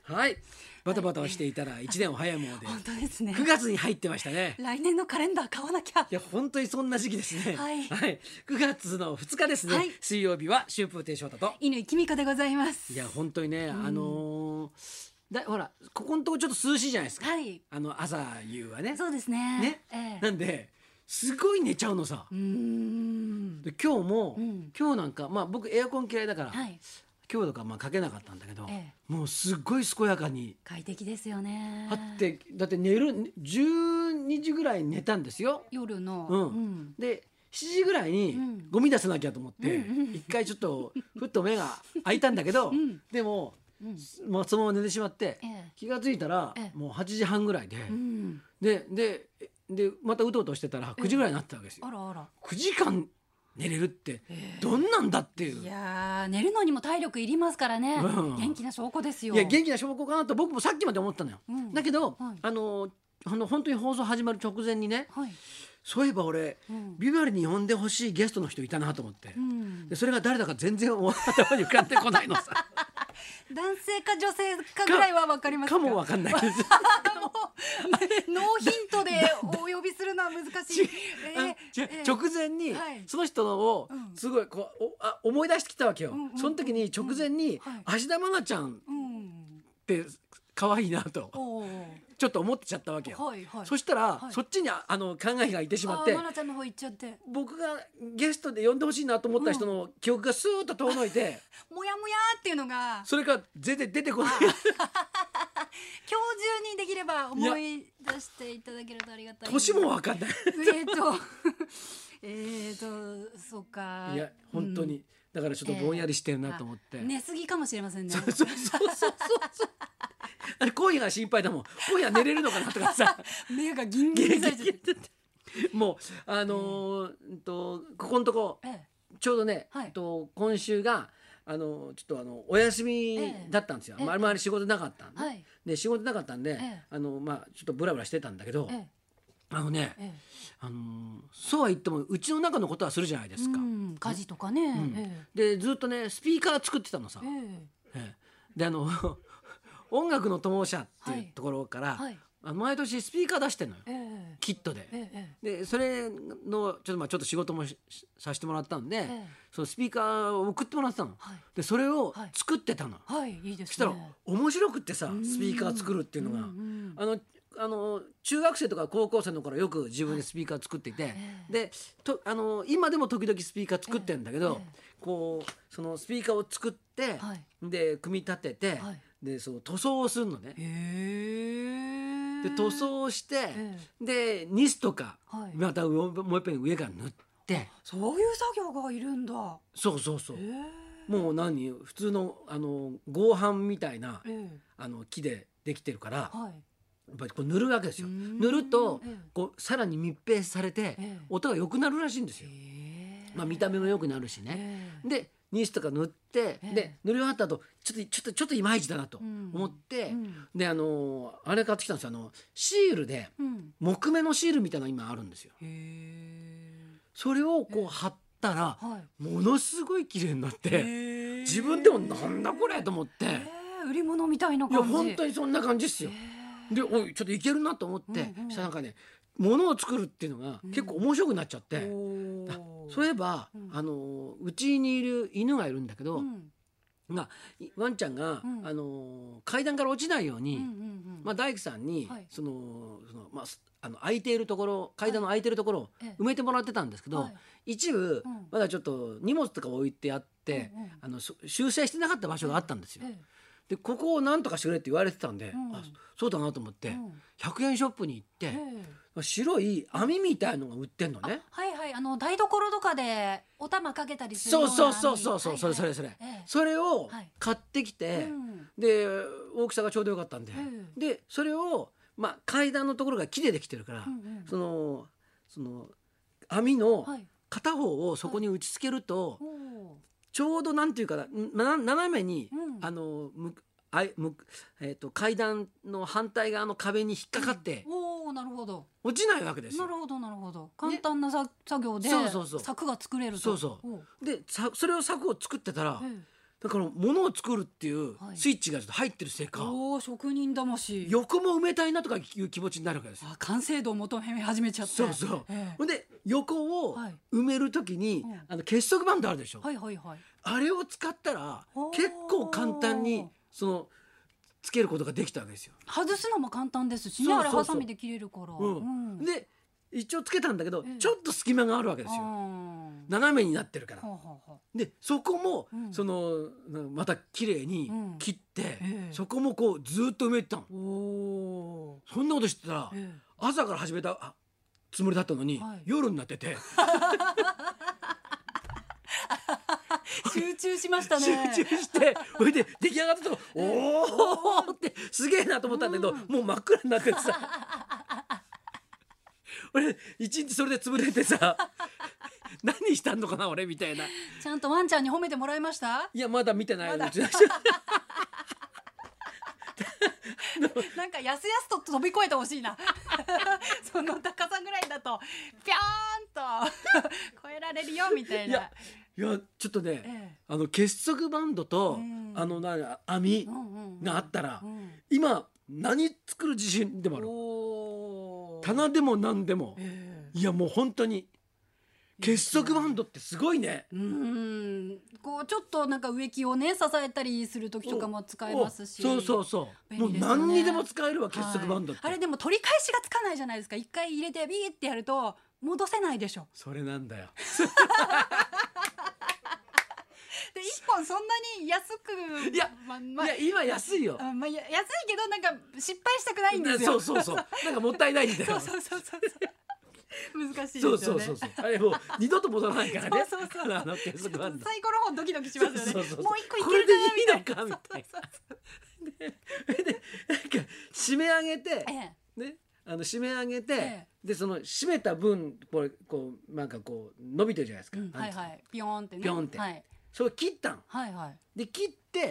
はい、バタバタをしていたら1年を早いもので本当ですね。 9月に入ってましたね。 来年のカレンダー買わなきゃ。 いや本当にそんな時期ですね。 はい、 9月の2日ですね、 はい、 水曜日は春風亭昇太と乾きみかでございます。 いや本当にね、ほらここのとこちょっと涼しいじゃないですか、 はい、 朝夕はね。 そうですね。 なんですごい寝ちゃうのさ。で今日も、今日なんか僕エアコン嫌いだから、 はい、 今日とかかけなかったんだけど、もうすっごい健やかに快適ですよね。 だって寝る12時ぐらいに寝たんですよ、 夜の。 で7時ぐらいにゴミ出さなきゃと思って一回ちょっとふっと目が開いたんだけど、でも、そのまま寝てしまって、気がついたらもう8時半ぐらいで、でまたうとうとしてたら9時ぐらいになってたわけですよ。9時間寝れるってどんなんだっていう。 いや寝るのにも体力いりますからね、元気な証拠ですよ。 いや元気な証拠かなと僕もさっきまで思ったのよ、だけど、本当に放送始まる直前にね、そういえば俺、ビバリに呼んでほしいゲストの人いたなと思って、でそれが誰だか全然頭に浮かんでこないのさ男性か女性かぐらいは分かりますか。 かも分かんないですもうノーヒントでお呼びするのは難しい。 直前にその人をすごい思い出してきたわけよ、その時に直前に芦田愛菜ちゃんって可愛いなとちょっと思ってちゃったわけよ、そしたら、そっちに考えがいってしまって、 愛菜ちゃんの方行っちゃって、僕がゲストで呼んでほしいなと思った人の記憶がスーッと遠のいて、 もやもやっていうのがそれから全然出てこない今日中にできれば思い出していただけるとありがたい。 年も分かんないそうか。 いや本当にだからちょっとぼんやりしてるなと思って、 寝すぎかもしれませんね。 そう今夜が心配だもん。今夜寝れるのかなとかさ目がギンギンにされちゃってもうここのとこ、ちょうどね、今週がちょっとお休みだったんですよ、あまり仕事なかったんで、で仕事なかったんで、ちょっとブラブラしてたんだけど、そうは言ってもうちの中のことはするじゃないですか、 家事とかね、 でずっとねスピーカー作ってたのさ、で音楽の友社っていうところから、毎年スピーカー出してんのよ、キットで、でそれのちょっと仕事もさせてもらったんで、そのスピーカーを送ってもらってたの、でそれを作ってたの、そしたら面白くってさ、スピーカー作るっていうのが、中学生とか高校生の頃よく自分でスピーカー作っていて、で今でも時々スピーカー作ってるんだけど、そのスピーカーを作って、で組み立てて、でその塗装をするのね。で塗装して、でニスとか、またもう一遍上から塗って、 そういう作業がいるんだ。 そうもう普通の合板みたいな、木でできてるから、やっぱりこう塗るわけですよ。塗るとさらに密閉されて、音が良くなるらしいんですよ。見た目も良くなるしね。でニスとか塗って、で塗り終わった後ちょっといまいちだなと思って、であれ買ってきたんですよ、シールで、木目のシールみたいなの今あるんですよ。それを貼ったら、ものすごい綺麗になって、自分でもなんだこれと思って、 売り物みたいな感じ。 いや本当にそんな感じですよ。でおいちょっといけるなと思って、したらなんかね、物を作るっていうのが結構面白くなっちゃって、そういえばうちにいる犬がいるんだけど、ワンちゃんが階段から落ちないように大工さんに空いているところ、階段の空いているところを埋めてもらってたんですけど、一部まだちょっと荷物とか置いてあって修正してなかった場所があったんですよ。でここを何とかしてくれって言われてたんで、そうだなと思って100円ショップに行って、白い網みたいのが売ってんのね。 台所とかでお玉かけたりするようなそうそれを買ってきて、で大きさがちょうどよかったんで、でそれを階段のところが木でできてるから、その網の片方をそこに打ち付けると、ちょうどなんていうかな、斜めに階段の反対側の壁に引っかかってなるほど落ちないわけですよ。 なるほど簡単な作業で柵が作れると。 でそれを柵を作ってたら、 だから物を作るっていうスイッチが入ってるせいか、 おー、職人魂。 横も埋めたいなとかいう気持ちになるわけですよ。 完成度を求め始めちゃって。 そうそう。ほんで横を埋めるときに、結束バンドあるでしょ、 はいはいはい、 あれを使ったら結構簡単にそのつけることができたわけですよ。 外すのも簡単ですしね、あれハサミで切れるから。 で一応つけたんだけど、ちょっと隙間があるわけですよ、斜めになってるから。でそこも、そのまた綺麗に切って、そこもこうずっと埋めてたの。そんなことしてたら、朝から始めたつもりだったのに、夜になってて集中しましたね。 集中してそれで出来上がったとこおーってすげえなと思ったんだけど、もう真っ暗になっててさ俺一日それで潰れてさ何したんのかな俺みたいな。 ちゃんとワンちゃんに褒めてもらいました？ いやまだ見てない、うちの人なんかやすやすと飛び越えてほしいなその高さぐらいだとピョーンと越えられるよみたいな。 いやちょっとね、結束バンドと、網があったら、今何作る自信でもある。棚でも何でも、いやもう本当に結束バンドってすごいね。 こうちょっとなんか植木をね支えたりする時とかも使えますし。 そうそうそう、もう何にでも使えるわ結束バンドって。 あれでも取り返しがつかないじゃないですか。一回入れてビーってやると戻せないでしょ。 それなんだよで一本そんなに安く、 いや今安いよ、 安いけどなんか失敗したくないんですよ。 そうなんかもったいないんだよそう難しいですよね。 そうあれもう二度と戻らないからね。 そう結束バンド最後の方ドキドキしますよね。もう一個いこけるれでいいかなみのかみたいな。でなんか締め上げて、ね、締め上げて、でその締めた分これこうなんかこう伸びてるじゃないですか。 ピヨーンってね。 ピヨンって。それ切ったの。で切って、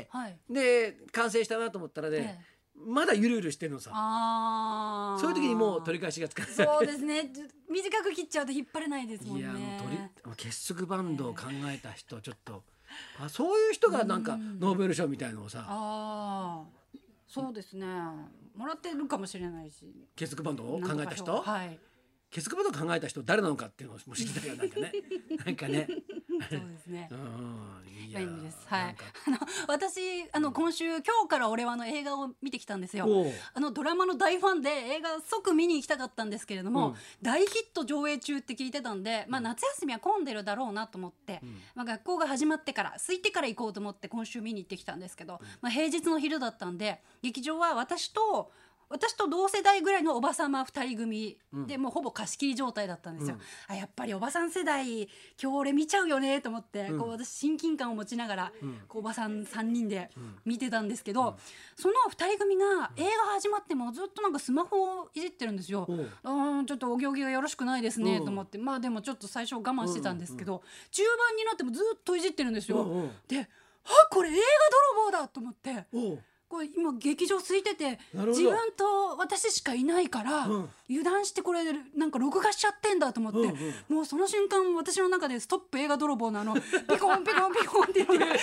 で完成したなと思ったらね、まだゆるゆるしてるのさ。そういう時にもう取り返しがつかない。 そうですね。短く切っちゃうと引っ張れないですもんね。いやもう結束バンドを考えた人、ちょっとそういう人がなんかノーベル賞みたいのをさ。 そうですね。もらってるかもしれないし。 結束バンドを考えた人。結束バンドを考えた人誰なのかっていうのを知りたいよ。なんかね。 そうですね。便利です。 はい。 私今週今日から俺は映画を見てきたんですよ。ドラマの大ファンで映画即見に行きたかったんですけれども、大ヒット上映中って聞いてたんで、夏休みは混んでるだろうなと思って、学校が始まってから空いてから行こうと思って今週見に行ってきたんですけど、平日の昼だったんで劇場は私と同世代ぐらいのおばさま2人組で、もうほぼ貸し切り状態だったんですよ。やっぱりおばさん世代今日俺見ちゃうよねと思って、こう私親近感を持ちながら、こうおばさん3人で見てたんですけど、その2人組が映画始まってもずっとなんかスマホをいじってるんですよ。ちょっとお行儀がよろしくないですねと思って、でもちょっと最初我慢してたんですけど、中盤になってもずっといじってるんですよ。でこれ映画泥棒だと思って。これ今劇場空いてて自分と私しかいないから、油断してこれなんか録画しちゃってんだと思って、もうその瞬間私の中でストップ映画泥棒のピコンピコンピコンって言って映画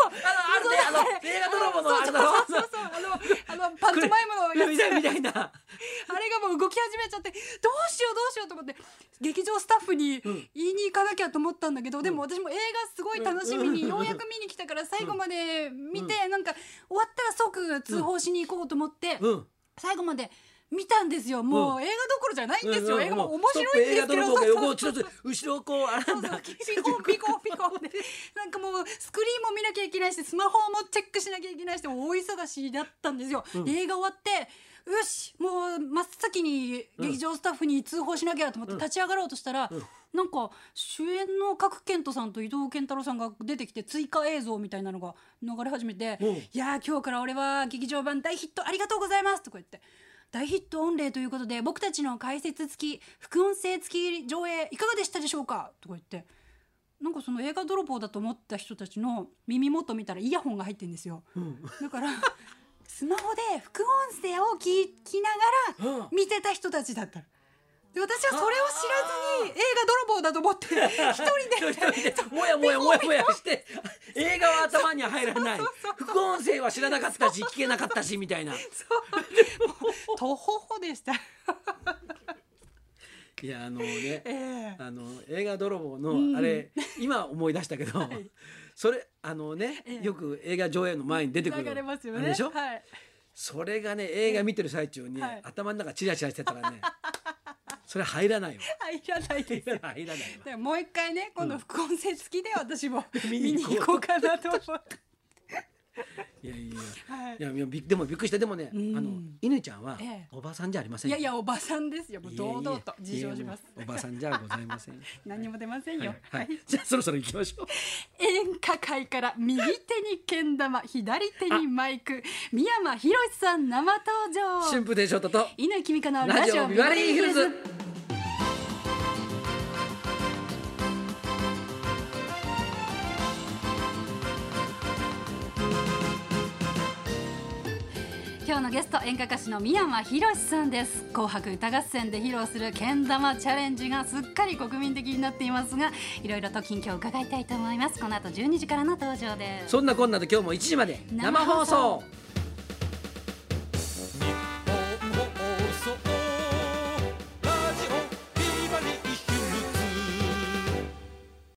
泥棒のパントマイムのやつみたいなあれがもう動き始めちゃって、どうしようと思って劇場スタッフに言いに行かなきゃと思ったんだけど、でも私も映画すごい楽しみにようやく見に来たから最後まで見て、なんか終わったら即通報しに行こうと思って、最後まで見たんですよ。もう映画どころじゃないんですよ。映画も面白いんですけど、 後ろこうあれなんだ、 ピコンピコンピコンでなんかもうスクリーンも見なきゃいけないし、スマホもチェックしなきゃいけないし、大忙しだったんですよ。映画終わってよしもう真っ先に劇場スタッフに通報しなきゃと思って立ち上がろうとしたら、なんか主演の賀来賢人さんと伊藤健太郎さんが出てきて追加映像みたいなのが流れ始めて、いや今日から俺は劇場版大ヒットありがとうございますとか言って、大ヒット御礼ということで僕たちの解説付き副音声付き上映いかがでしたでしょうかとか言って、なんかその映画泥棒だと思った人たちの耳元見たらイヤホンが入ってるんですよ。だからスマホで副音声を聞きながら見てた人たちだったら、 で私はそれを知らずに映画泥棒だと思って一人でもやもやもやもやして映画は頭には入らない、副音声は知らなかったし聞けなかったしみたいな、 そうとほほでしたいや映画泥棒のあれ、今思い出したけど、それよく映画上映の前に出てくる流れますよね、 あれでしょ、 はい、 それがね映画見てる最中に、頭の中チラチラしてたらねそれ入らないよ。 入らないですよ。 入らないわ。 でももう一回ね今度副音声付きで私も見に行こうかなと思って。 いやでもびっくりした。でもね犬ちゃんはおばさんじゃありません。 いやおばさんですよ。もう堂々と自称します。 おばさんじゃございません。 何も出ませんよ。 じゃあそろそろ行きましょう。 演歌界から右手にけん玉左手にマイク、三山ひろしさん生登場。 春風亭昇太と乾きみかのラジオビバリーヒルズ。今日のゲスト演歌歌手の三山ひろしさんです。紅白歌合戦で披露するけん玉チャレンジがすっかり国民的になっていますが、いろいろと近況を伺いたいと思います。この後12時からの登場です。 そんなこんなで今日も1時まで生放送。